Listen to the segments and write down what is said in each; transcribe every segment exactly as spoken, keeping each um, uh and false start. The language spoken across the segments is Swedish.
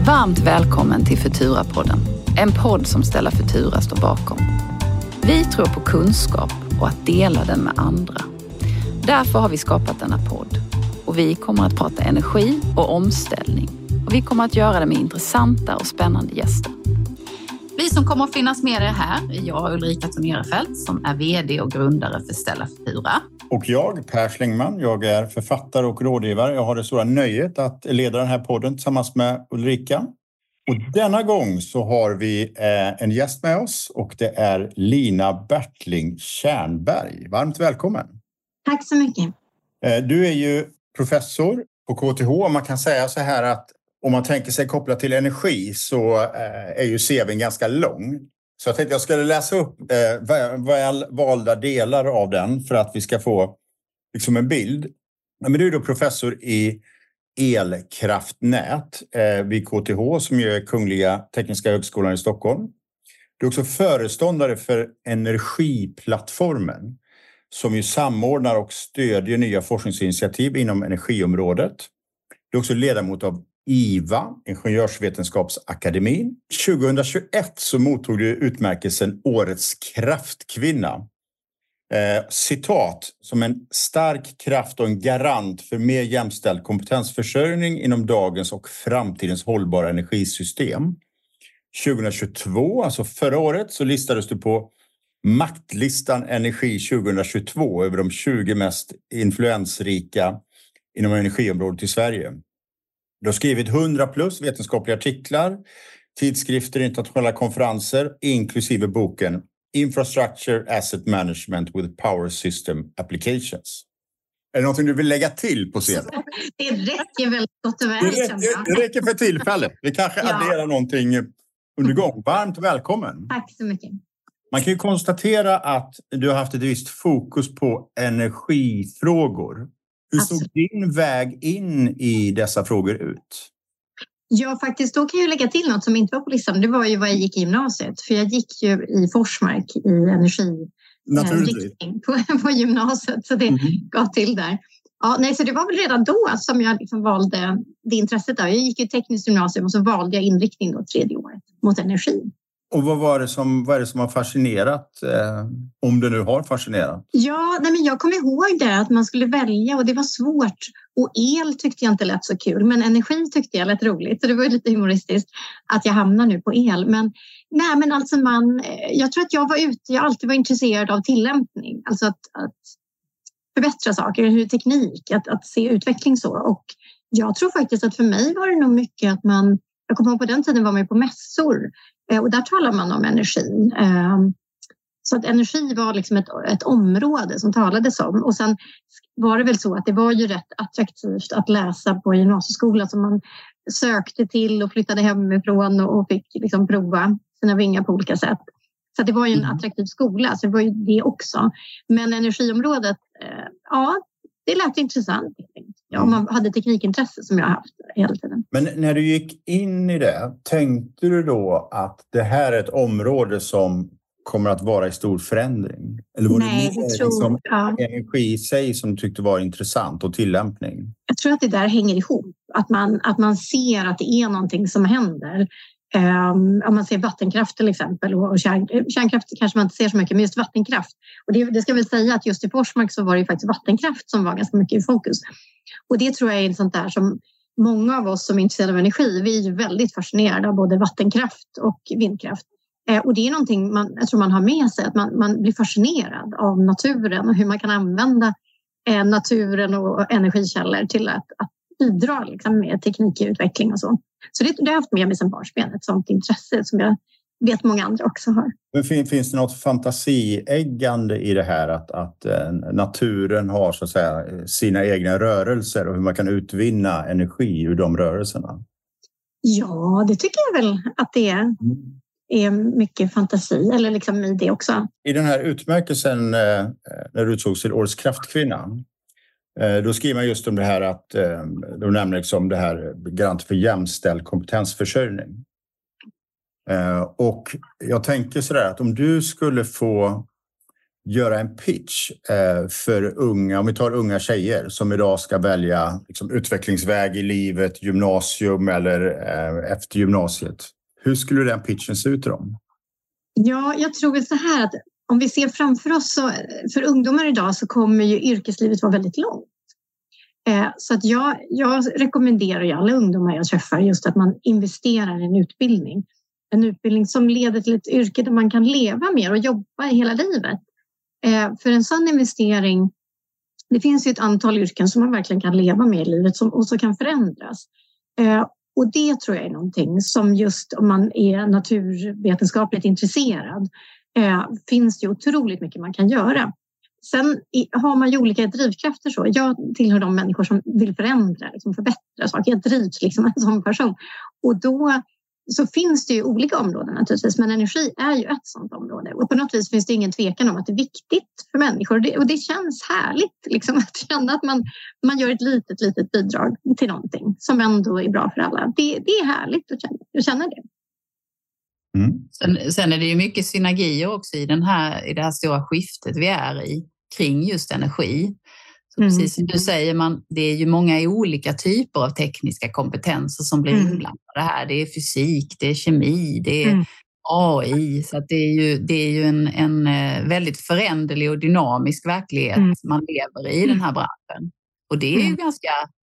Varmt välkommen till Futura-podden. En podd som Stella Futura står bakom. Vi tror på kunskap och att dela den med andra. Därför har vi skapat denna podd. Och vi kommer att prata energi och omställning. Och vi kommer att göra det med intressanta och spännande gäster. Vi som kommer att finnas med er här är jag, Ulrika Tornerefelt, som är vd och grundare för Stella Futura. Och jag, Per Schlingman, jag är författare och rådgivare. Jag har det stora nöjet att leda den här podden tillsammans med Ulrika. Och denna gång så har vi en gäst med oss och det är Lina Bertling Tjärnberg. Varmt välkommen! Tack så mycket! Du är ju professor på K T H. Man kan säga så här att om man tänker sig kopplat till energi så är ju C V:n ganska lång. Så jag tänkte jag skulle läsa upp väl valda delar av den för att vi ska få liksom en bild. Men du är då professor i elkraftnät vid K T H som är Kungliga Tekniska högskolan i Stockholm. Du är också föreståndare för Energiplattformen som ju samordnar och stödjer nya forskningsinitiativ inom energiområdet. Du är också ledamot av I V A, Ingenjörsvetenskapsakademin. tjugohundratjugoett så mottog du utmärkelsen Årets kraftkvinna. Eh, citat, som en stark kraft och en garant för mer jämställd kompetensförsörjning inom dagens och framtidens hållbara energisystem. tjugohundratjugotvå, alltså förra året, så listades du på Maktlistan Energi tjugohundratjugotvå över de tjugo mest influensrika inom energiområdet i Sverige. Du har skrivit hundra plus vetenskapliga artiklar, tidskrifter, internationella konferenser, inklusive boken Infrastructure Asset Management with Power System Applications. Är det någonting du vill lägga till på scenen? Det räcker väldigt gott och väl. Det räcker, det räcker för tillfället. Vi kanske ja. adderar någonting under gång. Varmt välkommen. Tack så mycket. Man kan ju konstatera att du har haft ett visst fokus på energifrågor. Hur såg Absolut. din väg in i dessa frågor ut? Ja, faktiskt då kan jag lägga till något som inte var på listan. Det var ju vad jag gick i gymnasiet. För jag gick ju i Forsmark i energiriktning på, på gymnasiet. Så det mm. gav till där. Ja, nej, så det var väl redan då som jag liksom valde det intresset. Där. Jag gick i tekniskt gymnasium och så valde jag inriktning då tredje året mot energi. Och vad var det som, vad är det som har fascinerat, eh, om det nu har fascinerat? Ja, nej men jag kommer ihåg det, att man skulle välja och det var svårt. Och el tyckte jag inte lät så kul, men energi tyckte jag lät roligt. Så det var lite humoristiskt att jag hamnar nu på el. Men, nej, men alltså man, jag tror att jag var ute, jag alltid var intresserad av tillämpning. Alltså att, att förbättra saker, hur teknik, att, att se utveckling så. Och jag tror faktiskt att för mig var det nog mycket att man, jag kommer ihåg på den tiden var man på mässor. Och där talar man om energi. Så att energi var liksom ett, ett område som talades om. Och sen var det väl så att det var ju rätt attraktivt att läsa på gymnasieskolan som man sökte till och flyttade hemifrån och fick liksom prova sina vingar på olika sätt. Så det var ju en attraktiv skola, så det var ju det också. Men energiområdet, ja, det lät intressant. Ja, om man hade teknikintresse som jag har haft hela tiden. Men när du gick in i det, tänkte du då att det här är ett område som kommer att vara i stor förändring? Eller var Nej, det mer jag tror, liksom ja. energi i sig som du tyckte var intressant och tillämpning? Jag tror att det där hänger ihop. Att man, att man ser att det är någonting som händer. Um, om man ser vattenkraft till exempel och kärn, kärnkraft kanske man inte ser så mycket, men just vattenkraft. Och det, det ska väl säga att just i Forsmark så var det ju faktiskt vattenkraft som var ganska mycket i fokus. Och det tror jag är en sånt där som många av oss som är intresserade av energi, vi är ju väldigt fascinerade av både vattenkraft och vindkraft. Eh, och det är någonting man, jag tror man har med sig, att man, man blir fascinerad av naturen och hur man kan använda eh, naturen och energikällor till att, att bidra liksom, med teknikutveckling och så. Så det, det har jag haft med mig som barnsben, ett sånt intresse som jag vet många andra också har. Men fin, finns det något fantasieggande i det här att, att eh, naturen har så att säga sina egna rörelser och hur man kan utvinna energi ur de rörelserna? Ja, det tycker jag väl att det är. Mm. är mycket fantasi eller liksom i det också. I den här utmärkelsen eh, när du utsågs till Årets kraftkvinna, eh, då skriver man just om det här att eh, du nämner liksom det här garant för jämställd kompetensförsörjning. Eh, och jag tänker sådär att om du skulle få göra en pitch eh, för unga, om vi tar unga tjejer som idag ska välja liksom, utvecklingsväg i livet, gymnasium eller eh, efter gymnasiet. Hur skulle den pitchen se ut till dem? Ja, jag tror väl så här att om vi ser framför oss, så för ungdomar idag så kommer ju yrkeslivet vara väldigt långt. Eh, så att jag, jag rekommenderar ju alla ungdomar jag träffar just att man investerar i en utbildning. En utbildning som leder till ett yrke där man kan leva mer och jobba hela livet. Eh, för en sån investering, det finns ju ett antal yrken som man verkligen kan leva med i livet som också kan förändras. Eh, och det tror jag är någonting som just om man är naturvetenskapligt intresserad eh, finns det otroligt mycket man kan göra. Sen har man ju olika drivkrafter så. Jag tillhör de människor som vill förändra, liksom förbättra saker. Jag drivs liksom som person. Och då så finns det ju olika områden naturligtvis. Men energi är ju ett sådant område. Och på något vis finns det ingen tvekan om att det är viktigt för människor. Och det, och det känns härligt liksom, att känna att man, man gör ett litet, litet bidrag till någonting som ändå är bra för alla. Det, det är härligt att känna, att känna det. Mm. Sen, sen är det ju mycket synergier också i, den här, i det här stora skiftet vi är i kring just energi. Så mm. Precis som du säger, man, det är ju många olika typer av tekniska kompetenser som blir mm. inblandade här. Det är fysik, det är kemi, det är mm. A I. Så att det är ju, det är ju en, en väldigt föränderlig och dynamisk verklighet mm. man lever i, mm. den här branschen. Och det är ju mm. ganska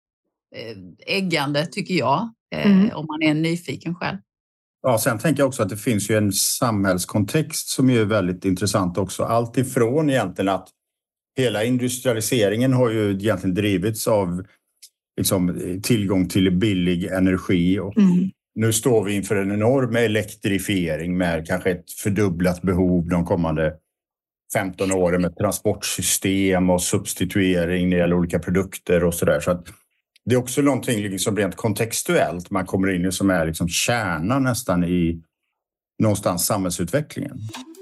äggande tycker jag, mm. om man är nyfiken själv. Ja, sen tänker jag också att det finns ju en samhällskontext som är väldigt intressant också. Allt ifrån egentligen att hela industrialiseringen har ju egentligen drivits av liksom, tillgång till billig energi. Och mm. nu står vi inför en enorm elektrifiering med kanske ett fördubblat behov de kommande femton åren med transportsystem och substituering när det gäller olika produkter och sådär. Så att det är också någonting liksom rent kontextuellt man kommer in i som är liksom kärnan nästan i någonstans samhällsutvecklingen.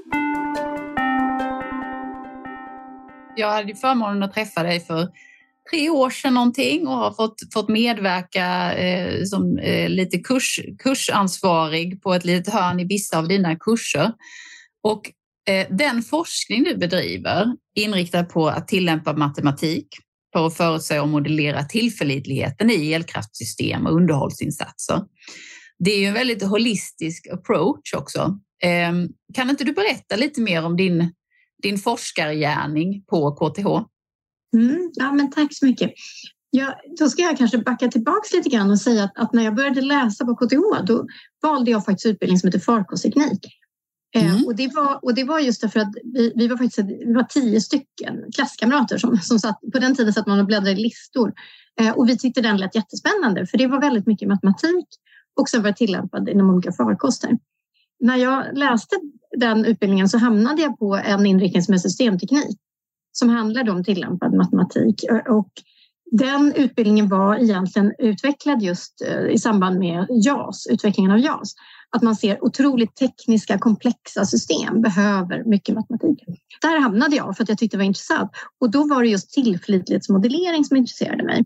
Jag hade förmånen att träffa dig för tre år sedan någonting och har fått, fått medverka eh, som eh, lite kurs, kursansvarig på ett litet hörn i vissa av dina kurser. Och eh, den forskning du bedriver inriktad på att tillämpa matematik för att förutse och modellera tillförlitligheten i elkraftsystem och underhållsinsatser. Det är ju en väldigt holistisk approach också. Eh, kan inte du berätta lite mer om din din forskargärning på K T H? Mm, ja, men tack så mycket. Ja, då ska jag kanske backa tillbaka lite grann och säga att, att när jag började läsa på K T H då valde jag faktiskt utbildning som heter farkostteknik. Mm. Eh, och, det var, och det var just därför att vi, vi var faktiskt vi var tio stycken klasskamrater som, som satt, på den tiden satt man och bläddrade i listor. Eh, och vi tyckte den lät jättespännande för det var väldigt mycket matematik och sen var det tillämpad inom olika farkoster. När jag läste den utbildningen så hamnade jag på en inriktning som är systemteknik som handlade om tillämpad matematik. Och den utbildningen var egentligen utvecklad just i samband med J A S, utvecklingen av J A S. Att man ser otroligt tekniska, komplexa system behöver mycket matematik. Där hamnade jag för att jag tyckte det var intressant. Och då var det just tillförlitlighetsmodellering som intresserade mig.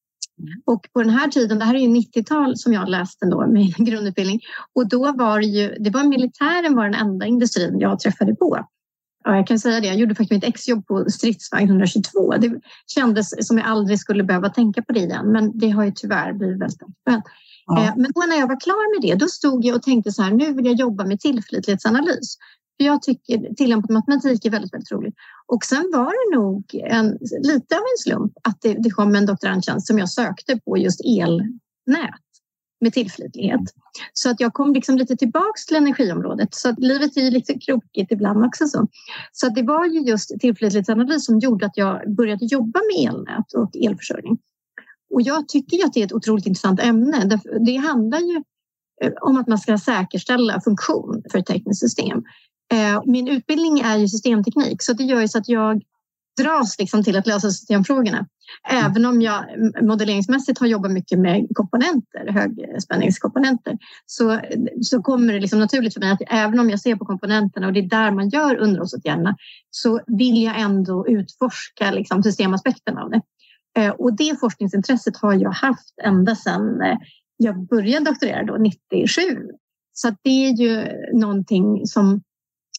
Och på den här tiden, det här är ju nittiotal som jag läste då med grundutbildning. Och då var det ju, det var militären var den enda industrin jag träffade på. Och jag kan säga det, jag gjorde faktiskt mitt exjobb på stridsvagn etthundratjugotvå. Det kändes som jag aldrig skulle behöva tänka på det igen. Men det har ju tyvärr blivit väldigt aktuellt. Ja. Men då när jag var klar med det, då stod jag och tänkte så här, nu vill jag jobba med tillförlitlighetsanalys. För jag tycker tillämpad matematik är väldigt, väldigt roligt. Och sen var det nog en, lite av en slump att det, det kom en doktorandtjänst som jag sökte på just elnät med tillförlitlighet. Så att jag kom liksom lite tillbaks till energiområdet. Så att livet är lite krokigt ibland också så. Så att det var ju just tillförlitlighetsanalys som gjorde att jag började jobba med elnät och elförsörjning. Och jag tycker ju att det är ett otroligt intressant ämne. Det handlar ju om att man ska säkerställa funktion för ett tekniskt system. Min utbildning är ju systemteknik så det gör ju så att jag dras liksom till att lösa systemfrågorna. Även om jag modelleringsmässigt har jobbat mycket med komponenter, högspänningskomponenter, så, så kommer det liksom naturligt för mig att även om jag ser på komponenterna och det är där man gör underhållsåtgärderna så vill jag ändå utforska liksom systemaspekten av det. Och det forskningsintresset har jag haft ända sedan jag började doktorera då nittiosju. Så att det är ju någonting som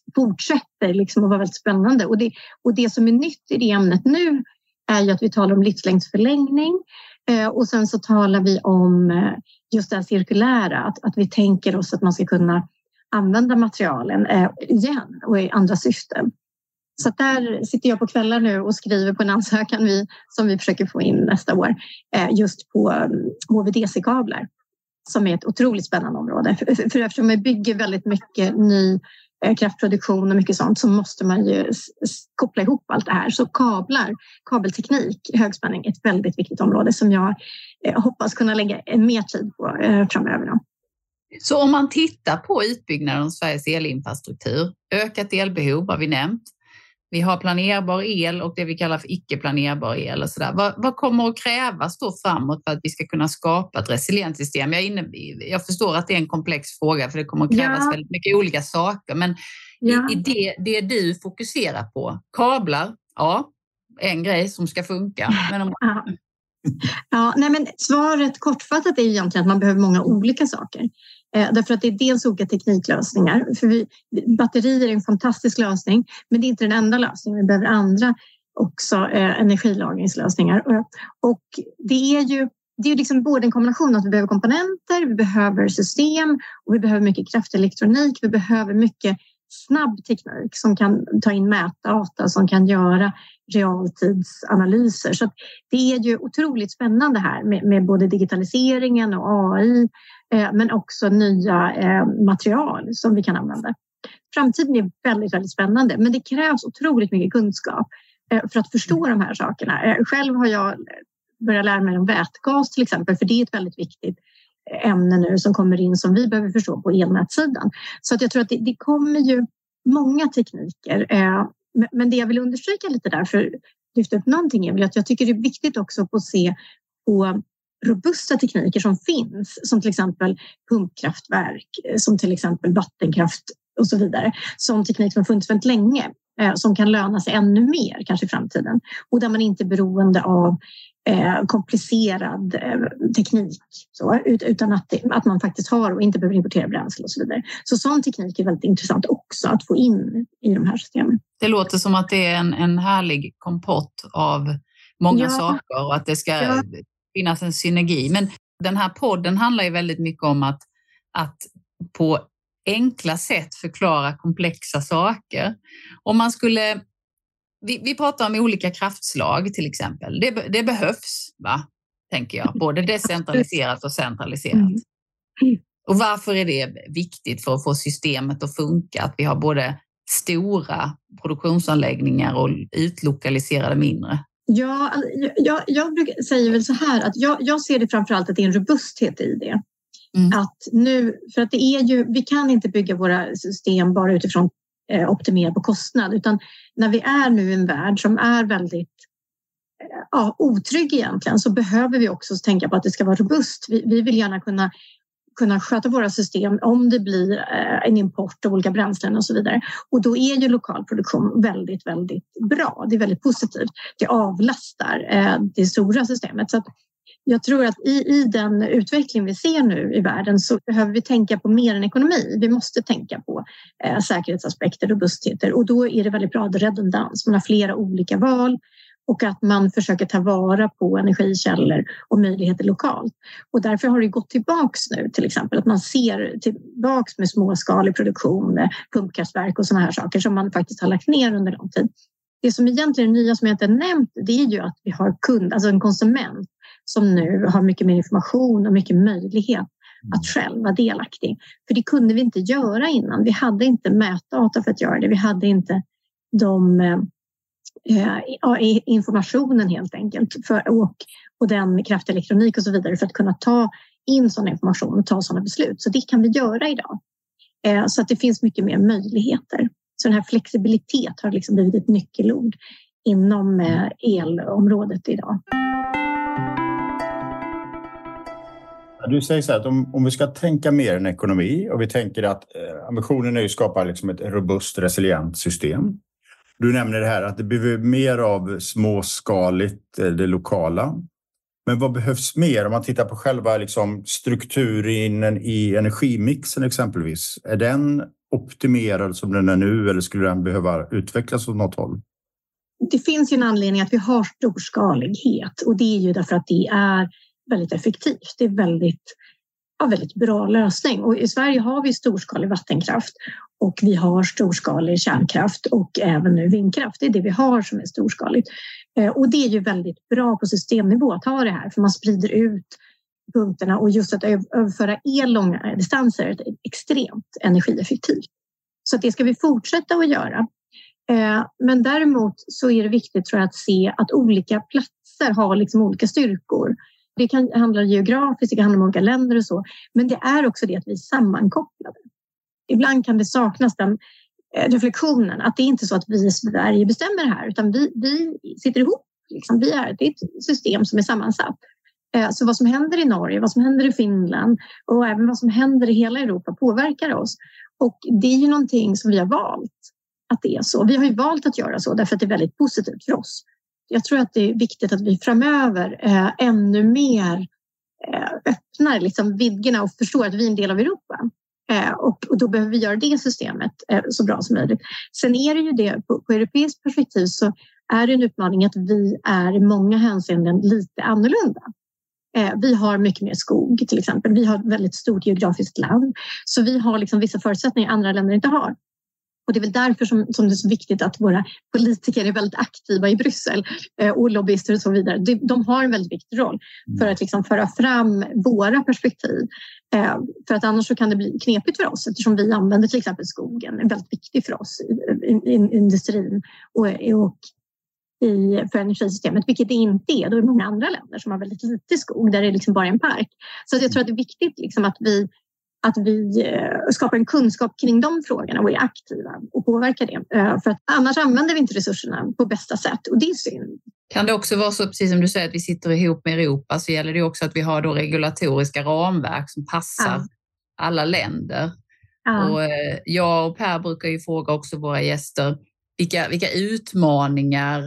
fortsätter liksom att vara väldigt spännande. Och det, och det som är nytt i det ämnet nu är ju att vi talar om livslängdsförlängning eh, och sen så talar vi om eh, just det här cirkulära, att, att vi tänker oss att man ska kunna använda materialen eh, igen och i andra syften. Så där sitter jag på kvällar nu och skriver på en ansökan vi, som vi försöker få in nästa år eh, just på H V D C-kablar som är ett otroligt spännande område. För, för, för eftersom vi bygger väldigt mycket ny eh, kraftproduktion och mycket sånt så måste man ju s- s- koppla ihop allt det här. Så kablar, kabelteknik, högspänning är ett väldigt viktigt område som jag eh, hoppas kunna lägga mer tid på eh, framöver. Då. Så om man tittar på utbyggnaden av Sveriges elinfrastruktur, ökat elbehov har vi nämnt. Vi har planerbar el och det vi kallar för icke-planerbar el. Och så där. Vad, vad kommer att krävas då framåt för att vi ska kunna skapa ett resilient system? Jag, inne, jag förstår att det är en komplex fråga för det kommer att krävas ja. väldigt mycket olika saker. Men ja. i, i det, det du fokuserar på, kablar, ja, en grej som ska funka. Men om... ja. Ja, nej men svaret kortfattat är egentligen att man behöver många olika saker. Eh, därför att det är dels olika tekniklösningar. För vi, batterier är en fantastisk lösning, men det är inte den enda lösningen. Vi behöver andra också eh, energilagringslösningar. Och, och det är ju det är liksom både en kombination att vi behöver komponenter, vi behöver system och vi behöver mycket kraftelektronik. Vi behöver mycket snabb teknik som kan ta in mätdata, som kan göra realtidsanalyser. Så att det är ju otroligt spännande här med, med både digitaliseringen och A I eh, men också nya eh, material som vi kan använda. Framtiden är väldigt, väldigt spännande men det krävs otroligt mycket kunskap eh, för att förstå de här sakerna. Eh, själv har jag börjat lära mig om vätgas till exempel för det är ett väldigt viktigt ämne nu som kommer in som vi behöver förstå på elnätssidan. Så att jag tror att det, det kommer ju många tekniker. Eh, men det jag vill understryka lite där för att lyfta upp någonting är väl att jag tycker det är viktigt också att se på robusta tekniker som finns. Som till exempel pumpkraftverk, som till exempel vattenkraft och så vidare. Som teknik som har funnits väldigt länge. Eh, som kan löna sig ännu mer kanske i framtiden. Och där man inte är beroende av Eh, komplicerad eh, teknik så, ut, utan att, det, att man faktiskt har och inte behöver importera bränsle och så vidare. Så sån teknik är väldigt intressant också att få in i de här systemen. Det låter som att det är en, en härlig kompott av många ja. saker och att det ska ja. finnas en synergi. Men den här podden handlar ju väldigt mycket om att, att på enkla sätt förklara komplexa saker. Om man skulle Vi, vi pratar om olika kraftslag till exempel. Det, det behövs, va? Tänker jag. Både decentraliserat och centraliserat. Mm. Och varför är det viktigt för att få systemet att funka? Att vi har både stora produktionsanläggningar och utlokaliserade mindre. Ja, jag, jag brukar säga väl så här att jag, jag ser det framförallt att det är en robusthet i det. Mm. Att nu, för att det är ju, vi kan inte bygga våra system bara utifrån optimera på kostnad utan när vi är nu i en värld som är väldigt ja, otrygg egentligen så behöver vi också tänka på att det ska vara robust. Vi, vi vill gärna kunna, kunna sköta våra system om det blir en import av olika bränslen och så vidare. Och då är ju lokal produktion väldigt, väldigt bra. Det är väldigt positivt. Det avlastar eh, det stora systemet. Så att jag tror att i, i den utveckling vi ser nu i världen så behöver vi tänka på mer än ekonomi. Vi måste tänka på eh, säkerhetsaspekter, robustheter och då är det väldigt bra redundans. Man har flera olika val och att man försöker ta vara på energikällor och möjligheter lokalt. Och därför har det gått tillbaks nu till exempel att man ser tillbaks med småskalig produktion, pumpkraftverk och sådana här saker som man faktiskt har lagt ner under lång tid. Det som egentligen är nya som jag inte nämnt det är ju att vi har kund, alltså en konsument som nu har mycket mer information och mycket möjlighet att själv vara delaktig. För det kunde vi inte göra innan. Vi hade inte mätdata för att göra det. Vi hade inte de eh, informationen helt enkelt för, och, och den kraftelektronik och så vidare för att kunna ta in sån information och ta sådana beslut. Så det kan vi göra idag. Eh, så att det finns mycket mer möjligheter. Så den här flexibilitet har liksom blivit ett nyckelord inom eh, elområdet idag. Du säger så här att om, om vi ska tänka mer än ekonomi och vi tänker att eh, ambitionen är ju att skapa liksom ett robust, resilient system. Du nämner det här att det behöver mer av småskaligt, eh, det lokala. Men vad behövs mer om man tittar på själva liksom, strukturen i energimixen exempelvis? Är den optimerad som den är nu, eller skulle den behöva utvecklas åt något håll? Det finns ju en anledning att vi har storskalighet, och det är ju därför att det är väldigt effektivt. Det är väldigt, ja, väldigt bra lösning. Och i Sverige har vi storskalig vattenkraft och vi har storskalig kärnkraft och även nu vindkraft. Det är det vi har som är storskaligt. Och det är ju väldigt bra på systemnivå att ha det här, för man sprider ut punkterna, och just att överföra el långa distanser är extremt energieffektivt. Så att det ska vi fortsätta att göra. Men däremot så är det viktigt, tror jag, att se att olika platser har liksom olika styrkor. Det kan handla geografiskt, det kan handla om olika länder och så. Men det är också det att vi är sammankopplade. Ibland kan det saknas den reflektionen att det är inte så att vi i Sverige bestämmer det här, utan vi, vi sitter ihop. Liksom. Vi är, det är ett system som är sammansatt. Så vad som händer i Norge, vad som händer i Finland och även vad som händer i hela Europa påverkar oss. Och det är ju någonting som vi har valt att det är så. Vi har ju valt att göra så därför att det är väldigt positivt för oss. Jag tror att det är viktigt att vi framöver eh, ännu mer eh, öppnar liksom vidgerna och förstår att vi är en del av Europa. Eh, och, och då behöver vi göra det systemet eh, så bra som möjligt. Sen är det ju det, på, på europeiskt perspektiv så är det en utmaning att vi är i många hänseenden lite annorlunda. Eh, vi har mycket mer skog till exempel. Vi har ett väldigt stort geografiskt land. Så vi har liksom vissa förutsättningar andra länder inte har. Och det är väl därför som, som det är så viktigt att våra politiker är väldigt aktiva i Bryssel eh, och lobbyister och så vidare. De, de har en väldigt viktig roll för att liksom föra fram våra perspektiv. Eh, för att annars så kan det bli knepigt för oss, eftersom vi använder till exempel skogen. är väldigt viktig för oss i, i, i industrin och, och i, för energisystemet, vilket det inte är. Då är det många andra länder som har väldigt lite skog där det är liksom bara en park. Så jag tror att det är viktigt liksom att vi att vi skapar en kunskap kring de frågorna och är aktiva och påverkar det. För att annars använder vi inte resurserna på bästa sätt, och det är synd. Kan det också vara så, precis som du säger, att vi sitter ihop med Europa, så gäller det också att vi har då regulatoriska ramverk som passar ja. alla länder. Ja. Och jag och Per brukar ju fråga också våra gäster, Vilka, vilka utmaningar,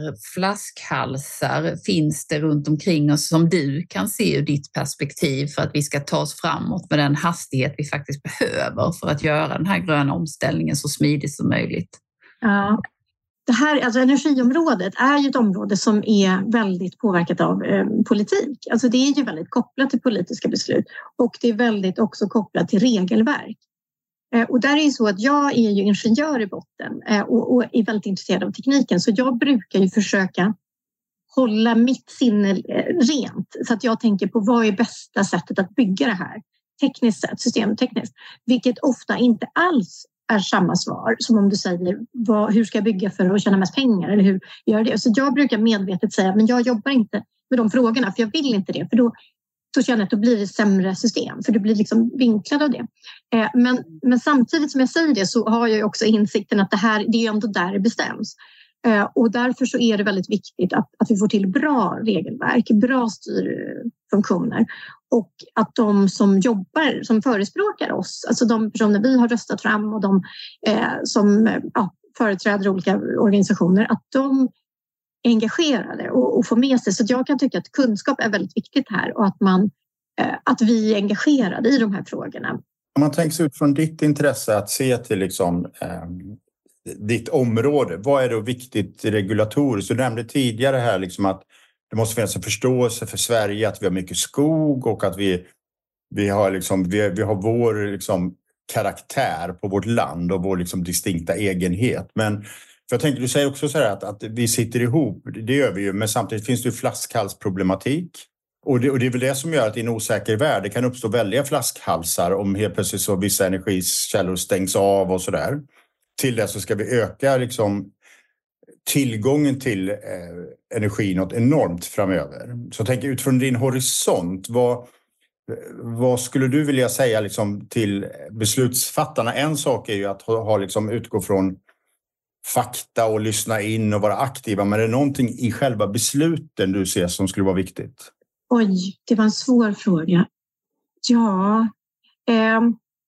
flaskhalsar finns det runt omkring oss som du kan se ur ditt perspektiv för att vi ska ta oss framåt med den hastighet vi faktiskt behöver för att göra den här gröna omställningen så smidigt som möjligt? Ja, det här, alltså energiområdet är ju ett område som är väldigt påverkat av eh, politik. Alltså det är ju väldigt kopplat till politiska beslut, och det är väldigt också kopplat till regelverk. Och där är det så att jag är ju ingenjör i botten och, och är väldigt intresserad av tekniken. Så jag brukar ju försöka hålla mitt sinne rent. Så att jag tänker på vad är bästa sättet att bygga det här tekniskt sett, systemtekniskt. Vilket ofta inte alls är samma svar som om du säger vad, hur ska jag bygga för att tjäna mest pengar eller hur gör det. Så jag brukar medvetet säga men jag jobbar inte med de frågorna för jag vill inte det. För då så känner jag att då blir det sämre system, för det blir liksom vinklad av det. Eh, men, men samtidigt som jag säger det så har jag också insikten att det här, det är ändå där det bestäms. Eh, och därför så är det väldigt viktigt att, att vi får till bra regelverk, bra styrfunktioner, och att de som jobbar, som förespråkar oss, alltså de personer vi har röstat fram och de eh, som ja, företräder olika organisationer, att de engagerade och, och få med sig. Så jag kan tycka att kunskap är väldigt viktigt här, och att, man, eh, att vi är engagerade i de här frågorna. Om man tänker sig ut från ditt intresse att se till liksom, eh, ditt område, vad är då viktigt regulatoriskt? Du nämnde tidigare här liksom att det måste finnas en förståelse för Sverige, att vi har mycket skog och att vi, vi, har, liksom, vi, vi har vår liksom, karaktär på vårt land och vår liksom, distinkta egenhet. Men för jag tänker, du säger också så här att, att vi sitter ihop, det gör vi ju, men samtidigt finns det ju flaskhalsproblematik. Och det, och det är väl det som gör att i en osäker värld det kan uppstå väldiga flaskhalsar om helt plötsligt så vissa energikällor stängs av och sådär. Till det så ska vi öka liksom, tillgången till eh, energi något enormt framöver. Så jag tänker utifrån din horisont, vad, vad skulle du vilja säga liksom, till beslutsfattarna? En sak är ju att ha, ha, liksom, utgå från fakta och lyssna in och vara aktiva. Men är det någonting i själva besluten du ser som skulle vara viktigt? Oj, det var en svår fråga. Ja, eh,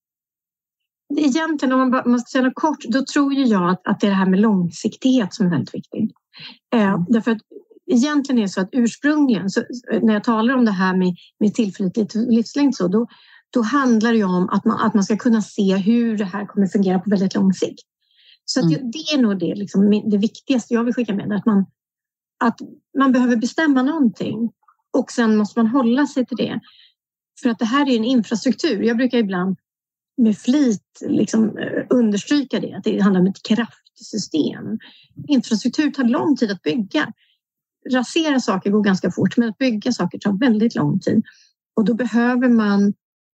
egentligen om man, bara, man ska säga något kort, då tror ju jag att, att det är det här med långsiktighet som är väldigt viktigt. Eh, därför att egentligen är det så att ursprungligen, så, när jag talar om det här med, med tillförlitlig livslängd, så då, då handlar det ju om att man, att man ska kunna se hur det här kommer fungera på väldigt lång sikt. Så att mm. det är nog det, liksom, det viktigaste jag vill skicka med, att man, att man behöver bestämma någonting och sen måste man hålla sig till det. För att det här är en infrastruktur. Jag brukar ibland med flit liksom understryka det, att det handlar om ett kraftsystem. Infrastruktur tar lång tid att bygga. Rasera saker går ganska fort, men att bygga saker tar väldigt lång tid. Och då behöver man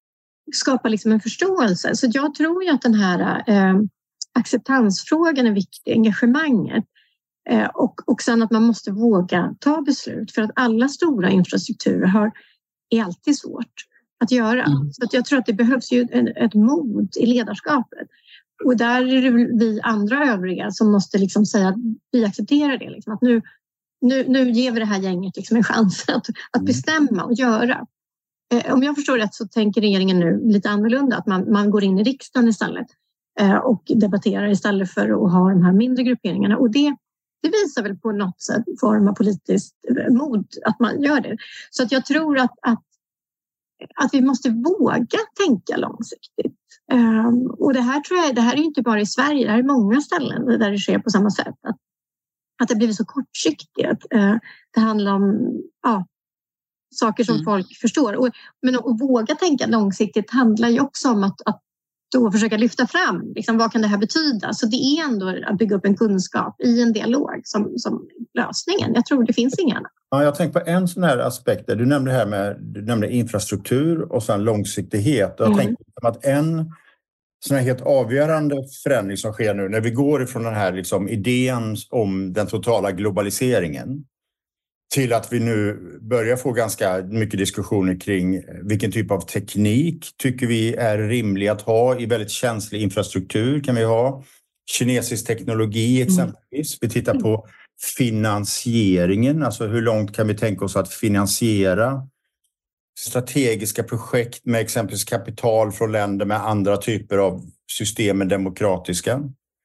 skapa liksom en förståelse. Så jag tror ju att den här eh, acceptansfrågan är viktig, engagemanget. Eh, och, och sen att man måste våga ta beslut. För att alla stora infrastrukturer har, är alltid svårt att göra. Mm. Så att jag tror att det behövs ju en, ett mod i ledarskapet. Och där är det vi andra övriga som måste liksom säga att vi accepterar det. Liksom, att nu, nu, nu ger vi det här gänget liksom en chans att, att bestämma och göra. Eh, om jag förstår rätt så tänker regeringen nu lite annorlunda. Att man, man går in i riksdagen istället eh, och debatterar istället för att ha de här mindre grupperingarna. Och det, det visar väl på något sätt form av politiskt mod att man gör det. Så att jag tror att, att Att vi måste våga tänka långsiktigt. Um, och det här tror jag, det här är ju inte bara i Sverige, det här är många ställen där det sker på samma sätt. Att, att det blir så kortsiktigt. Uh, det handlar om ja, saker som mm. folk förstår. Och, men att våga tänka långsiktigt handlar ju också om att, att då försöka lyfta fram liksom, vad kan det här betyda. Så det är ändå att bygga upp en kunskap i en dialog som, som lösningen. Jag tror det finns ingen annan. Ja, jag tänker på en sån här aspekt. Du nämnde här med du nämnde infrastruktur och sen långsiktighet. Jag mm. tänker att en sån här helt avgörande förändring som sker nu när vi går ifrån den här liksom, idén om den totala globaliseringen till att vi nu börjar få ganska mycket diskussioner kring vilken typ av teknik tycker vi är rimlig att ha i väldigt känslig infrastruktur. Kan vi ha kinesisk teknologi exempelvis? Vi tittar på finansieringen, alltså hur långt kan vi tänka oss att finansiera strategiska projekt med exempelvis kapital från länder med andra typer av system än demokratiska.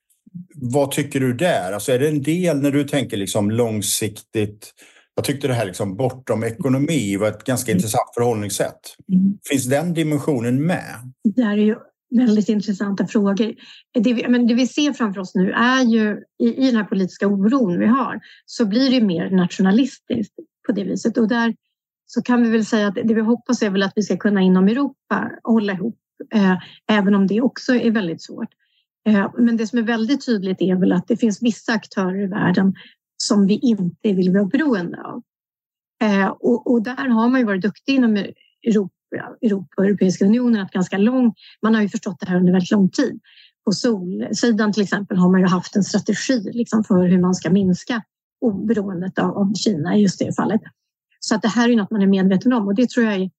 Vad tycker du där? Alltså är det en del när du tänker liksom långsiktigt? Jag tyckte det här liksom bortom ekonomi var ett ganska mm. intressant förhållningssätt. Mm. Finns den dimensionen med? Det är ju väldigt intressanta frågor. Det vi, men det vi ser framför oss nu är ju i, i den här politiska oron vi har så blir det mer nationalistiskt på det viset. Och där så kan vi väl säga att det vi hoppas är väl att vi ska kunna inom Europa hålla ihop. Eh, även om det också är väldigt svårt. Eh, men det som är väldigt tydligt är väl att det finns vissa aktörer i världen som vi inte vill vara beroende av. Eh, och, och där har man ju varit duktig inom Europa, Europa och Europeiska unionen att ganska lång, man har ju förstått det här under väldigt lång tid. På solsidan till exempel har man ju haft en strategi liksom, för hur man ska minska oberoendet av, av Kina i just det fallet. Så att det här är något man är medveten om och det tror jag är,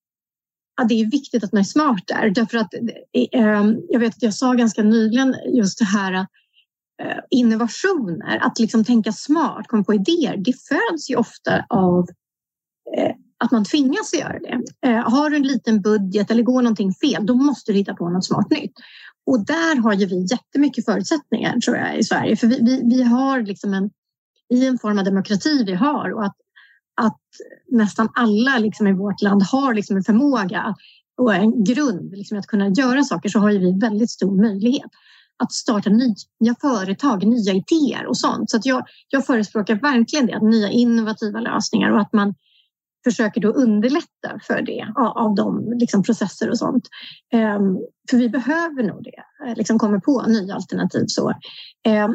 ja, det är viktigt att man är smart där. Därför att eh, jag vet att jag sa ganska nyligen just det här att innovationer, att liksom tänka smart, komma på idéer, det föds ju ofta av eh, att man tvingas göra det. Eh, har du en liten budget eller går någonting fel, då måste du hitta på något smart nytt. Och där har ju vi jättemycket förutsättningar tror jag i Sverige. För vi, vi, vi har liksom en, i en form av demokrati vi har och att, att nästan alla liksom i vårt land har liksom en förmåga och en grund liksom att kunna göra saker, så har ju vi väldigt stor möjlighet att starta nya företag, nya idéer och sånt. Så att jag, jag förespråkar verkligen det, att nya innovativa lösningar och att man försöker då underlätta för det av, av de liksom, processer och sånt. Um, för vi behöver nog det, liksom komma på nya alternativ. Så. Um,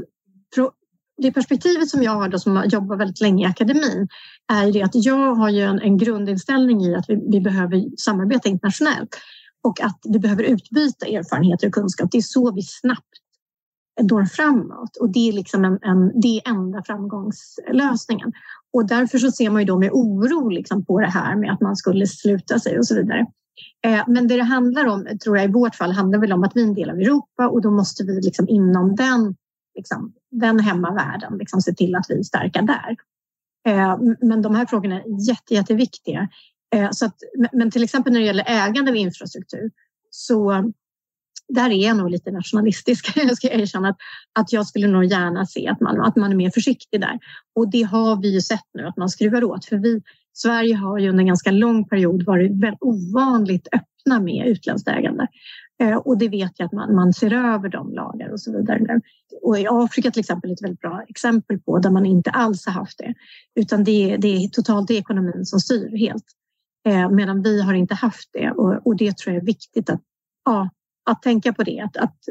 det perspektivet som jag har då, som jobbar väldigt länge i akademin, är det att jag har ju en, en grundinställning i att vi, vi behöver samarbeta internationellt. Och att vi behöver utbyta erfarenheter och kunskap. Det är så vi snabbt når framåt. Och det är liksom en, en, det är enda framgångslösningen. Och därför så ser man ju då med oro liksom på det här med att man skulle sluta sig och så vidare. Eh, men det det handlar om, tror jag i vårt fall, handlar väl om att vi är en del av Europa. Och då måste vi liksom inom den, liksom, den hemmavärlden liksom se till att vi stärker där. Eh, men de här frågorna är jätte, jätteviktiga. Så att, men till exempel när det gäller ägande av infrastruktur så där är jag nog lite nationalistisk. Jag ska erkänna att, att jag skulle nog gärna se att man, att man är mer försiktig där. Och det har vi ju sett nu att man skruvar åt. För vi, Sverige har ju under en ganska lång period varit väldigt ovanligt öppna med utländskt ägande. Och det vet jag att man, man ser över de lagar och så vidare nu. Och i Afrika till exempel är ett väldigt bra exempel på där man inte alls har haft det. Utan det är, det är totalt det ekonomin som styr helt. Eh, medan vi har inte haft det. Och, och det tror jag är viktigt att, ja, att tänka på det. Att, att,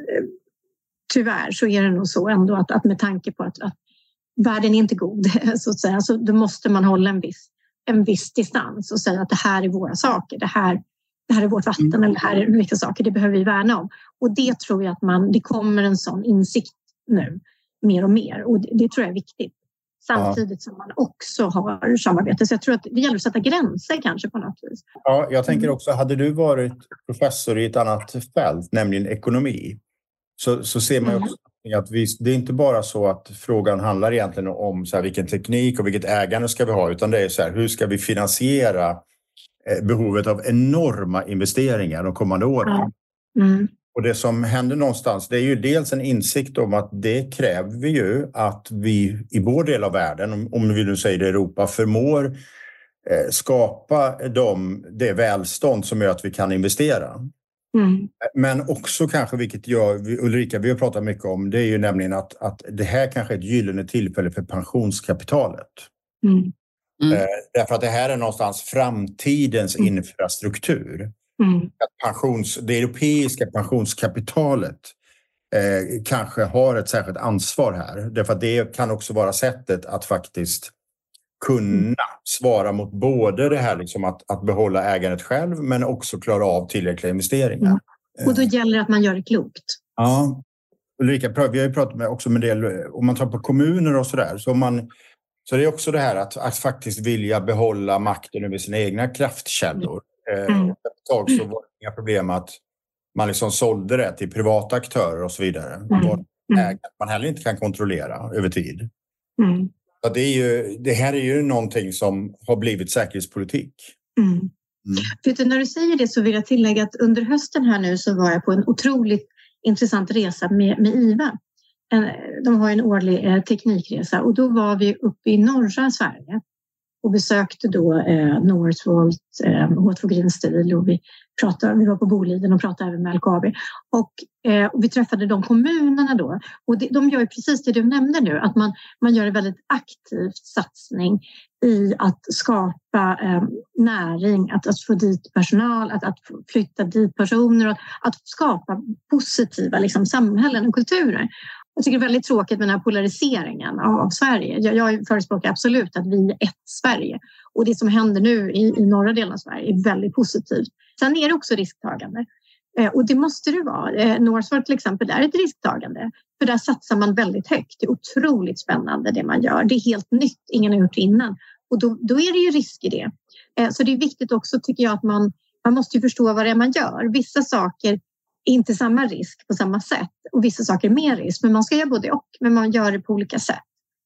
tyvärr så är det nog så ändå att, att med tanke på att, att världen är inte god så att säga. Så då måste man hålla en viss, en viss distans och säga att det här är våra saker. Det här Det här är vårt vatten eller det här är vilka saker, det behöver vi värna om. Och det tror jag att man, det kommer en sån insikt nu mer och mer. Och det, det tror jag är viktigt. Samtidigt ja. som man också har samarbete. Så jag tror att det gäller att sätta gränser kanske på något vis. Ja, jag tänker också, hade du varit professor i ett annat fält, nämligen ekonomi, så, så ser man också mm. att vi, det är inte bara så att frågan handlar egentligen om så här, vilken teknik och vilket ägande ska vi ha, utan det är så här, hur ska vi finansiera behovet av enorma investeringar de kommande åren. Mm. Och det som händer någonstans, det är ju dels en insikt om att det kräver vi ju att vi i vår del av världen, om vi nu säger det Europa, förmår eh, skapa dem, det välstånd som gör att vi kan investera. Mm. Men också kanske, vilket jag, Ulrika, vi har pratat mycket om, det är ju nämligen att, att det här kanske är ett gyllene tillfälle för pensionskapitalet. Mm. Mm. Eh, därför att det här är någonstans framtidens mm. infrastruktur. Mm. Att pensions, det europeiska pensionskapitalet eh, kanske har ett särskilt ansvar här. Därför att det kan också vara sättet att faktiskt kunna mm. svara mot både det här liksom att, att behålla ägandet själv men också klara av tillräckliga investeringar. Mm. Och då gäller det att man gör det klokt. Ja, Ulrika, vi har ju pratat med också med en del, om man tar på kommuner och sådär, så man Så det är också det här att, att faktiskt vilja behålla makten över sina egna kraftkällor. Mm. Ett tag så var det inga problem att man liksom sålde det till privata aktörer och så vidare. Mm. Mm. Man heller inte kan kontrollera över tid. Mm. Så det, är ju, det här är ju någonting som har blivit säkerhetspolitik. Mm. Mm. Vet du, när du säger det så vill jag tillägga att under hösten här nu så var jag på en otroligt intressant resa med, med I V A. De har en årlig teknikresa och då var vi uppe i norra Sverige och besökte då eh, Northvolt, eh, H två Green Steel och vi, pratade, vi var på Boliden och pratade även med L K A B och, eh, och vi träffade de kommunerna då och det, de gör ju precis det du nämnde nu, att man, man gör en väldigt aktiv satsning i att skapa eh, näring, att, att få dit personal, att, att flytta dit personer och att, att skapa positiva liksom, samhällen och kulturer. Jag tycker det är väldigt tråkigt med den här polariseringen av, av Sverige. Jag, jag förespråkar absolut att vi är ett Sverige. Och det som händer nu i, i norra delen av Sverige är väldigt positivt. Sen är det också risktagande. Eh, och det måste det vara. Eh, Northvolt till exempel är ett risktagande. För där satsar man väldigt högt. Det är otroligt spännande det man gör. Det är helt nytt. Ingen har gjort det innan. Och då, då är det ju risk i det. Eh, så det är viktigt också tycker jag att man, man måste ju förstå vad det är man gör. Vissa saker inte samma risk på samma sätt och vissa saker är mer risk, men man ska göra både och, men man gör det på olika sätt.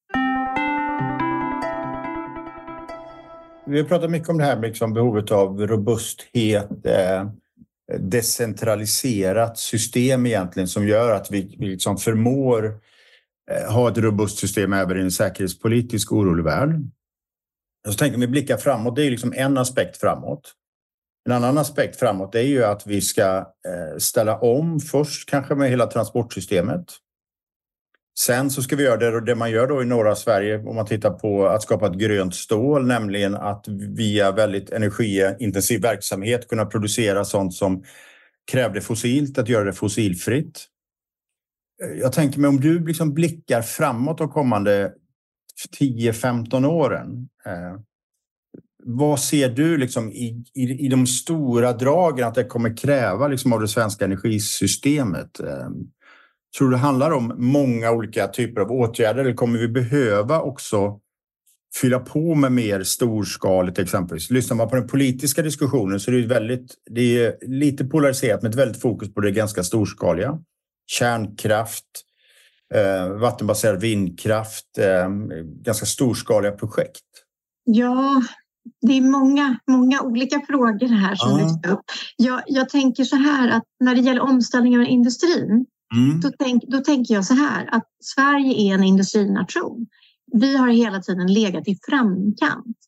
Vi har pratat mycket om det här med liksom behovet av robusthet, eh, decentraliserat system egentligen som gör att vi, vi liksom förmår eh, ha ett robust system även i en säkerhetspolitisk orolig värld. Och så tänker vi blicka framåt, det är liksom en aspekt framåt. En annan aspekt framåt är ju att vi ska ställa om först kanske med hela transportsystemet. Sen så ska vi göra det, det man gör då i norra Sverige om man tittar på att skapa ett grönt stål, nämligen att via väldigt energiintensiv verksamhet kunna producera sånt som krävde fossilt, att göra det fossilfritt. Jag tänker mig om du liksom blickar framåt de kommande tio femton åren. Vad ser du liksom i, i, i de stora dragen att det kommer kräva liksom av det svenska energisystemet? Eh, tror du det handlar om många olika typer av åtgärder eller kommer vi behöva också fylla på med mer storskaligt exempelvis? Lyssnar man på den politiska diskussionen så är det, väldigt, det är lite polariserat med ett väldigt fokus på det ganska storskaliga. Kärnkraft, eh, vattenbaserad vindkraft, eh, ganska storskaliga projekt. Ja, det är många, många olika frågor här som lyfts uh-huh. upp. Jag, jag tänker så här att när det gäller omställningen av industrin mm. då, tänk, då tänker jag så här att Sverige är en industrination. Vi har hela tiden legat i framkant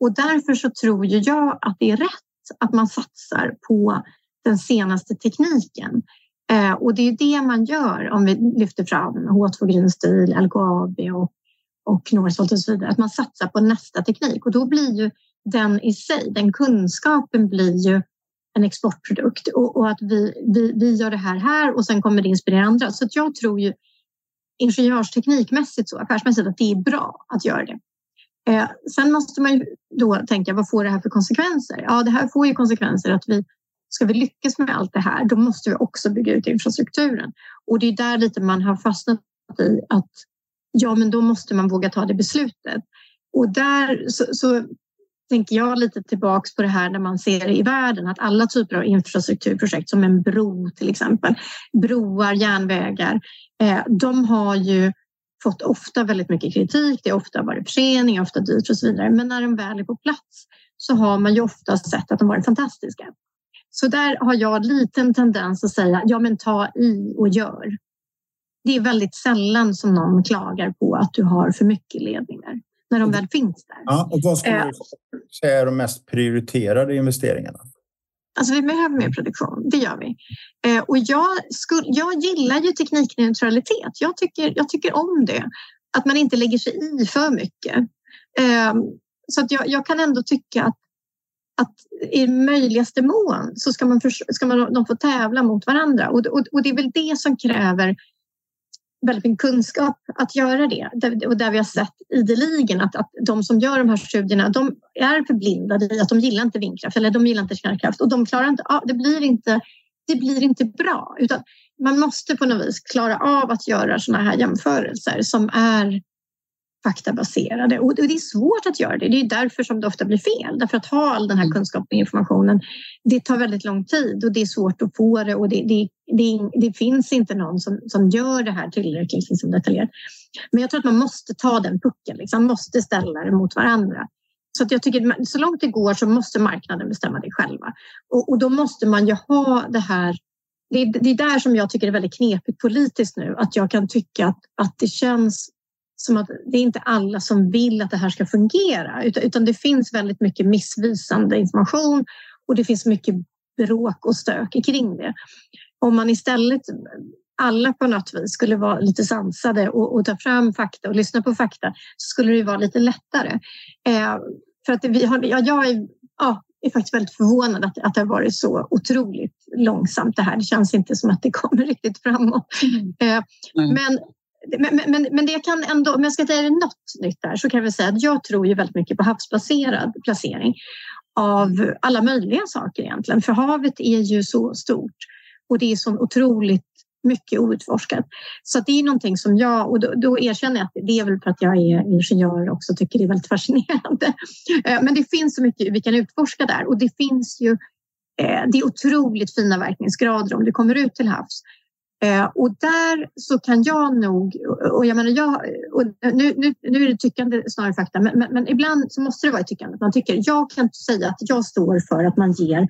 Och därför så tror ju jag att det är rätt att man satsar på den senaste tekniken. Eh, och det är det man gör om vi lyfter fram H två Green Steel, L K A B och, och Northvolt och så vidare. Att man satsar på nästa teknik och då blir ju den i sig, den kunskapen blir ju en exportprodukt. Och, och att vi, vi, vi gör det här här och sen kommer det inspirera andra. Så att jag tror ju ingenjörsteknikmässigt så, affärsmässigt, att det är bra att göra det. Eh, sen måste man ju då tänka, vad får det här för konsekvenser? Ja, det här får ju konsekvenser att vi, ska vi lyckas med allt det här, då måste vi också bygga ut infrastrukturen. Och det är där lite man har fastnat i att ja, men då måste man våga ta det beslutet. Och där så, så tänker jag lite tillbaks på det här när man ser det i världen, att alla typer av infrastrukturprojekt som en bro till exempel, broar, järnvägar, eh, de har ju fått ofta väldigt mycket kritik, det har ofta varit förseningar, ofta dyrt och så vidare. Men när de väl är på plats så har man ju ofta sett att de varit fantastiska. Så där har jag en liten tendens att säga, ja men ta i och gör. Det är väldigt sällan som någon klagar på att du har för mycket ledningar, när de väl finns där. Ja, och vad skulle du säga är de mest prioriterade investeringarna? Alltså vi behöver mer produktion, det gör vi. Eh, och jag, skulle, jag gillar ju teknikneutralitet. Jag tycker, jag tycker om det. Att man inte lägger sig i för mycket. Eh, så att jag, jag kan ändå tycka att, att i möjligaste mån så ska, man för, ska man, de få tävla mot varandra. Och, och, och det är väl det som kräver väldigt mycket kunskap att göra det. Och där vi har sett ideligen att, att de som gör de här studierna, de är förblindade i att de gillar inte vindkraft eller de gillar inte kärnkraft och de klarar inte av, det blir inte, det blir inte bra. Utan man måste på något vis klara av att göra såna här jämförelser som är faktabaserade. Och det är svårt att göra det. Det är därför som det ofta blir fel. Därför att ha all den här kunskapen och informationen, det tar väldigt lång tid och det är svårt att få det och det, det, det, det finns inte någon som, som gör det här tillräckligt liksom detaljerat. Men jag tror att man måste ta den pucken, liksom. Man måste ställa det mot varandra. Så att jag tycker så långt det går så måste marknaden bestämma det själva. Och, och då måste man ju ha det här. Det är, det är där som jag tycker är väldigt knepigt politiskt nu. Att jag kan tycka att, att det känns som att det är inte alla som vill att det här ska fungera. Utan, utan det finns väldigt mycket missvisande information. Och det finns mycket bråk och stök kring det. Om man istället, alla på något vis, skulle vara lite sansade och, och ta fram fakta och lyssna på fakta, så skulle det vara lite lättare. Eh, för att vi har, ja, jag är, ja, är faktiskt väldigt förvånad att, att det har varit så otroligt långsamt det här. Det känns inte som att det kommer riktigt framåt. Eh, mm. men, men, men, men det kan ändå, om jag ska säga något nytt där, så kan vi säga att jag tror ju väldigt mycket på havsbaserad placering av alla möjliga saker egentligen. För havet är ju så stort och det är så otroligt mycket outforskat. Så det är någonting som jag, och då, då erkänner jag att det är väl för att jag är ingenjör och också tycker det är väldigt fascinerande. Men det finns så mycket vi kan utforska där och det finns ju, det är otroligt fina verkningsgrader om det kommer ut till havs. Och där så kan jag nog, och jag menar jag, och nu, nu, nu är det tyckande snarare fakta, men, men, men ibland så måste det vara tyckande. Man tycker, jag kan inte säga att jag står för att man ger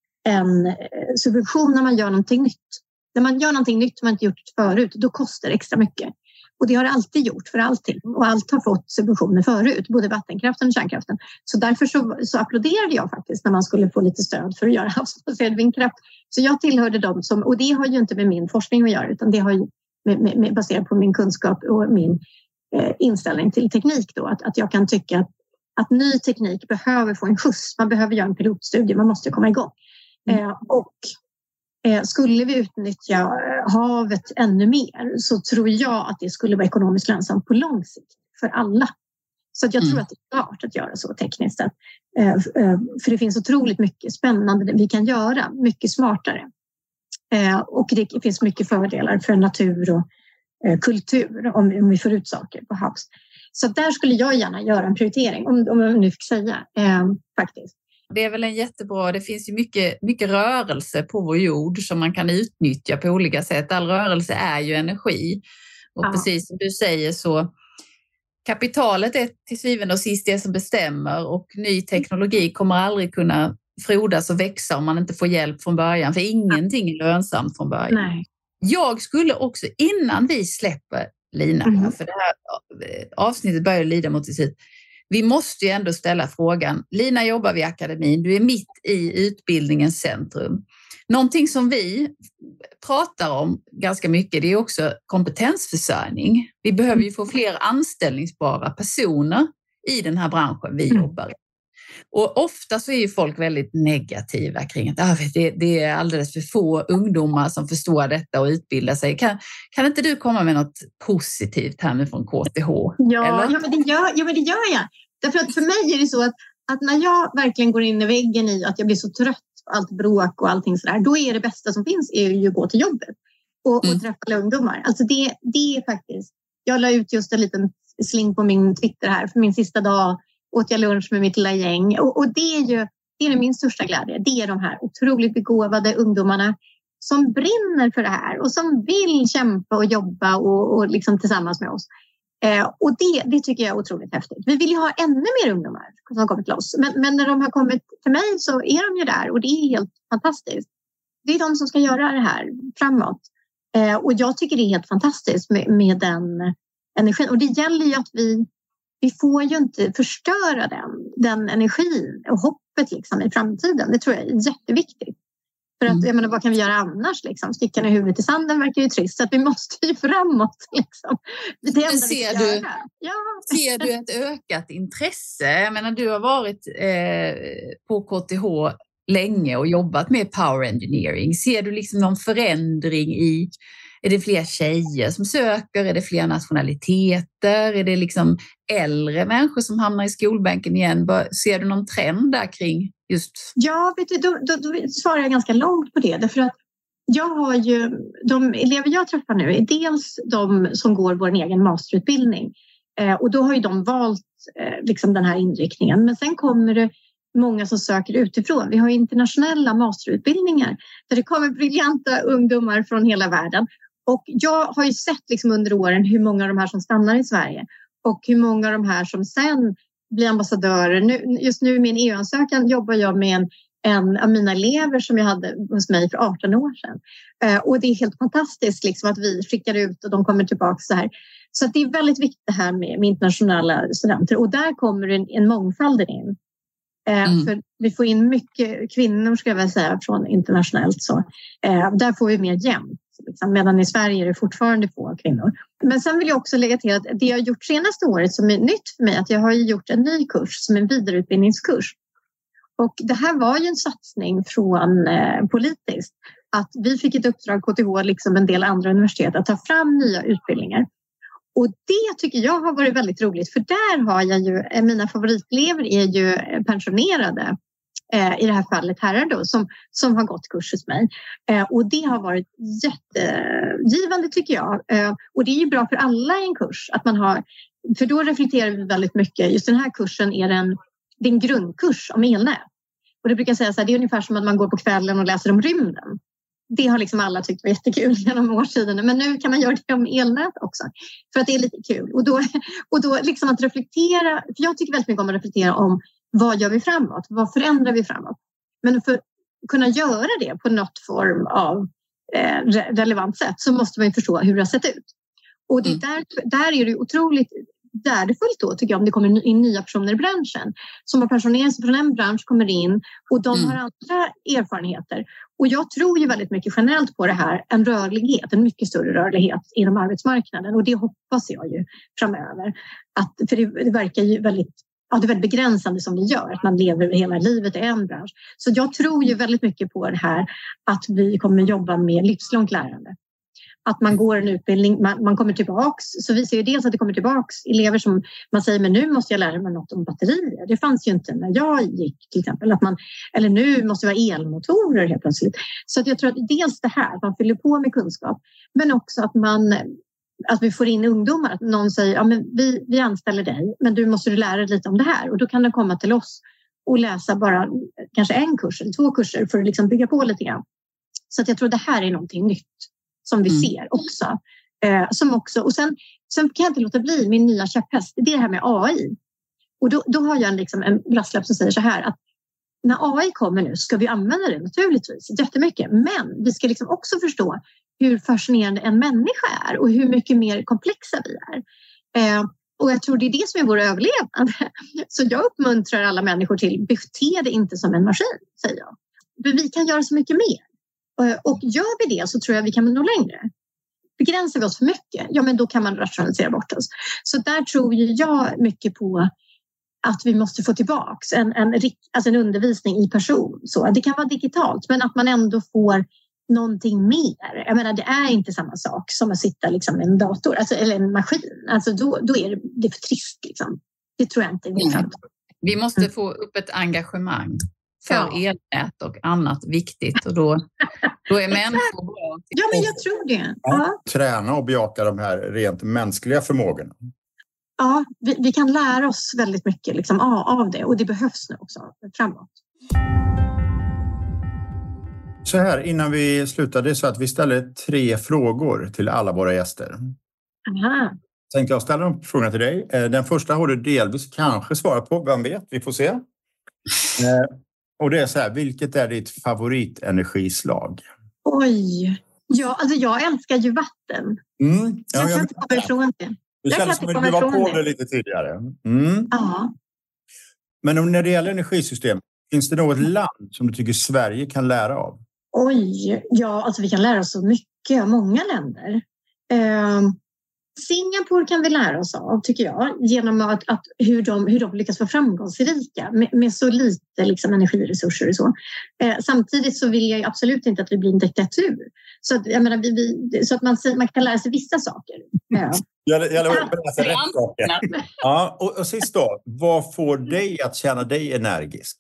en subvention när man gör någonting nytt. När man gör någonting nytt man inte gjort förut, då kostar det extra mycket. Och det har det alltid gjort för allting. Och allt har fått subventioner förut, både vattenkraften och kärnkraften. Så därför så, så applåderade jag faktiskt när man skulle få lite stöd för att göra havsbaserad vindkraft. Så jag tillhörde dem som, och det har ju inte med min forskning att göra, utan det har ju med, med, med, baserat på min kunskap och min eh, inställning till teknik då. Att, att jag kan tycka att, att ny teknik behöver få en skjuts. Man behöver göra en pilotstudie, man måste komma igång. Mm. Eh, och skulle vi utnyttja havet ännu mer så tror jag att det skulle vara ekonomiskt lönsamt på lång sikt för alla. Så att jag mm. tror att det är klart att göra så tekniskt sett. För det finns otroligt mycket spännande vi kan göra, mycket smartare. Och det finns mycket fördelar för natur och kultur om vi får ut saker på havs. Så där skulle jag gärna göra en prioritering, om jag nu fick säga, faktiskt. Det är väl en jättebra, det finns ju mycket, mycket rörelse på vår jord som man kan utnyttja på olika sätt. All rörelse är ju energi. Och ja. Precis som du säger så, kapitalet är till syvende och sist det som bestämmer och ny teknologi kommer aldrig kunna frodas och växa om man inte får hjälp från början. För ingenting är lönsamt från början. Nej. Jag skulle också, innan vi släpper Lina, mm. för det här avsnittet börjar lida mot sitt, vi måste ju ändå ställa frågan. Lina jobbar vid akademin, du är mitt i utbildningens centrum. Någonting som vi pratar om ganska mycket, det är också kompetensförsörjning. Vi behöver ju få fler anställningsbara personer i den här branschen vi Mm. jobbar i. Och ofta så är ju folk väldigt negativa kring att ah, det, det är alldeles för få ungdomar som förstår detta och utbildar sig. Kan, kan inte du komma med något positivt här nu från K T H? Ja, eller? ja, men det gör, ja, men det gör jag. Därför att för mig är det så att, att när jag verkligen går in i väggen i att jag blir så trött på allt bråk och allting sådär, då är det bästa som finns är ju att gå till jobbet och, Mm. och träffa alla ungdomar. Alltså det, det är faktiskt, jag la ut just en liten sling på min Twitter här, för min sista dag åt jag lunch med mitt lilla gäng. Och, och det är ju det är min största glädje. Det är de här otroligt begåvade ungdomarna som brinner för det här och som vill kämpa och jobba och, och liksom tillsammans med oss. Eh, och det, det tycker jag är otroligt häftigt. Vi vill ju ha ännu mer ungdomar som har kommit loss. Men, men när de har kommit till mig så är de ju där och det är helt fantastiskt. Det är de som ska göra det här framåt. Eh, och jag tycker det är helt fantastiskt med, med den energin. Och det gäller ju att vi Vi får ju inte förstöra den, den energin och hoppet liksom i framtiden. Det tror jag är jätteviktigt. För att, jag menar, vad kan vi göra annars? Liksom? Stickan i huvudet i sanden verkar ju trist. Så att vi måste ju framåt. Liksom. Det är det enda ser, vi kan du, göra. Ja. ser du ett ökat intresse? Jag menar, du har varit eh, på K T H länge och jobbat med power engineering. Ser du liksom någon förändring i... Är det fler tjejer som söker? Är det fler nationaliteter? Är det liksom äldre människor som hamnar i skolbänken igen? Ser du någon trend där kring just... Ja, vet du, då, då, då svarar jag ganska långt på det. Därför att jag har ju... De elever jag träffar nu är dels de som går vår egen masterutbildning. Eh, och då har ju de valt eh, liksom den här inriktningen. Men sen kommer det många som söker utifrån. Vi har internationella masterutbildningar där det kommer briljanta ungdomar från hela världen. Och jag har ju sett liksom under åren hur många av de här som stannar i Sverige och hur många av de här som sen blir ambassadörer. Nu, just nu i min E U-ansökan jobbar jag med en, en av mina elever som jag hade hos mig för arton år sedan. Eh, och det är helt fantastiskt liksom, att vi skickar ut och de kommer tillbaka så här. Så att det är väldigt viktigt det här med, med internationella studenter. Och där kommer en, en mångfald in. Mm. För vi får in mycket kvinnor ska jag väl säga från internationellt så. Eh, där får vi mer jämnt. Liksom. Medan i Sverige är det fortfarande få kvinnor. Men sen vill jag också lägga till att det jag har gjort senaste året som är nytt för mig. Att jag har gjort en ny kurs som en vidareutbildningskurs. Och det här var ju en satsning från eh, politiskt. Att vi fick ett uppdrag K T H liksom en del andra universitet att ta fram nya utbildningar. Och det tycker jag har varit väldigt roligt. För där har jag ju, mina favoritelever är ju pensionerade. Eh, I det här fallet herrar då, som, som har gått kurs hos mig. Eh, och det har varit jättegivande tycker jag. Eh, och det är ju bra för alla i en kurs. Att man har, för då reflekterar vi väldigt mycket. Just den här kursen är en, det är en grundkurs om elnät. Och det brukar jag säga så här, det är ungefär som att man går på kvällen och läser om rymden. Det har liksom alla tyckt var jättekul genom årstiderna. Men nu kan man göra det om elnät också. För att det är lite kul. Och då, och då liksom att reflektera. För jag tycker väldigt mycket om att reflektera om vad gör vi framåt? Vad förändrar vi framåt? Men för att kunna göra det på något form av eh, relevant sätt så måste man ju förstå hur det har sett ut. Och det är där, där är det otroligt värdefullt då tycker jag om det kommer in nya personer i branschen. Som har pensionerat sig från en bransch kommer in och de har andra erfarenheter. Och jag tror ju väldigt mycket generellt på det här, en rörlighet, en mycket större rörlighet inom arbetsmarknaden. Och det hoppas jag ju framöver. Att, för det, det verkar ju väldigt, ja, det är väldigt begränsande som det gör, att man lever hela livet i en bransch. Så jag tror ju väldigt mycket på det här att vi kommer jobba med livslångt lärande. Att man går en utbildning, man, man kommer tillbaks. Så vi ser ju dels att det kommer tillbaks elever som man säger, men nu måste jag lära mig något om batterier. Det fanns ju inte när jag gick till exempel. Att man, eller nu måste det vara elmotorer helt plötsligt. Så att jag tror att dels det här, man fyller på med kunskap. Men också att man, att vi får in ungdomar. Att någon säger, ja men vi, vi anställer dig, men du måste lära dig lite om det här. Och då kan de komma till oss och läsa bara kanske en kurs eller två kurser för att liksom bygga på lite grann. Så att jag tror att det här är någonting nytt. Som vi mm. ser också. Eh, som också och sen, sen kan jag inte låta bli min nya käpphäst. Det är det här med A I. Och då, då har jag en, liksom, en brasklapp som säger så här. Att när A I kommer nu ska vi använda det naturligtvis jättemycket. Men vi ska liksom också förstå hur fascinerande en människa är. Och hur mycket mer komplexa vi är. Eh, Och jag tror det är det som är vår överlevnad. Så jag uppmuntrar alla människor till, bete det inte som en maskin, säger jag. För vi kan göra så mycket mer. Och gör vi det så tror jag vi kan nå längre. Begränsar vi oss för mycket, ja men då kan man rationalisera bort oss. Så där tror jag mycket på att vi måste få tillbaka en, en, alltså en undervisning i person. Så det kan vara digitalt, men att man ändå får någonting mer. Jag menar, det är inte samma sak som att sitta liksom med en dator alltså, eller en maskin. Alltså då, då är det, det är för trist. Liksom. Det tror jag inte. Mm. Vi måste få upp ett engagemang för ja. elnät och annat viktigt. Och då, då är människor bra. Ja, men jag tror det. Ja. Ja. Träna och bejaka de här rent mänskliga förmågorna. Ja, vi, vi kan lära oss väldigt mycket liksom, av, av det. Och det behövs nu också framåt. Så här, innan vi slutade så att vi ställer tre frågor till alla våra gäster. Aha. Tänkte jag ställa de frågorna till dig. Den första har du delvis kanske svarat på, vem vet, vi får se. Och det är så här, vilket är ditt favoritenergislag? Oj, ja, alltså jag älskar ju vatten. Mm. Ja, jag kan inte komma ifrån det. Det känns som att du var på det lite tidigare. Mm. Ja. Men om när det gäller energisystem, finns det något land som du tycker Sverige kan lära av? Oj, ja, alltså vi kan lära oss så mycket av många länder. Eh, Singapore kan vi lära oss av, tycker jag, genom att, att hur, de, hur de lyckas vara framgångsrika med, med så lite liksom, energiresurser och så. Eh, samtidigt så vill jag absolut inte att vi blir en diktatur. Så att, jag menar, vi, vi, så att man, man kan lära sig vissa saker. Eh. Jag, jag läser rätt saker. Ja, och, och sist då, vad får dig att känna dig energisk?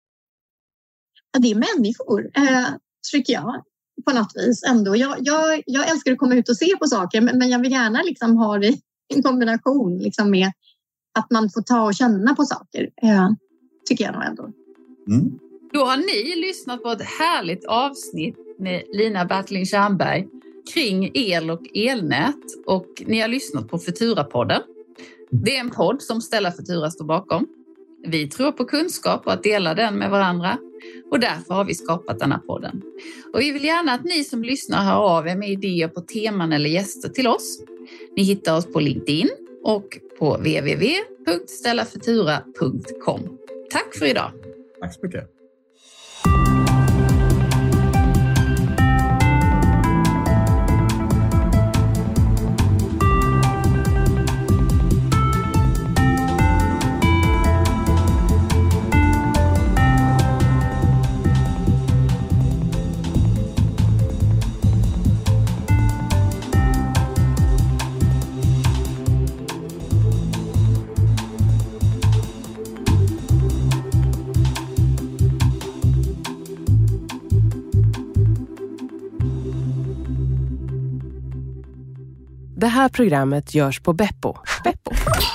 Ja, det är människor, eh, tycker jag. På något vis ändå. Jag, jag, jag älskar att komma ut och se på saker, men, men jag vill gärna liksom ha det i en kombination liksom med att man får ta och känna på saker. Eh, tycker jag nog ändå. Mm. Då har ni lyssnat på ett härligt avsnitt med Lina Bertling Tjernberg kring el och elnät, och ni har lyssnat på Futura-podden. Det är en podd som Stella Futura står bakom. Vi tror på kunskap och att dela den med varandra, och därför har vi skapat den här podden. Och vi vill gärna att ni som lyssnar hör av er med idéer på teman eller gäster till oss. Ni hittar oss på LinkedIn och på w w w punkt stella futura punkt com. Tack för idag. Tack så mycket. Det här programmet görs på Beppo. Beppo.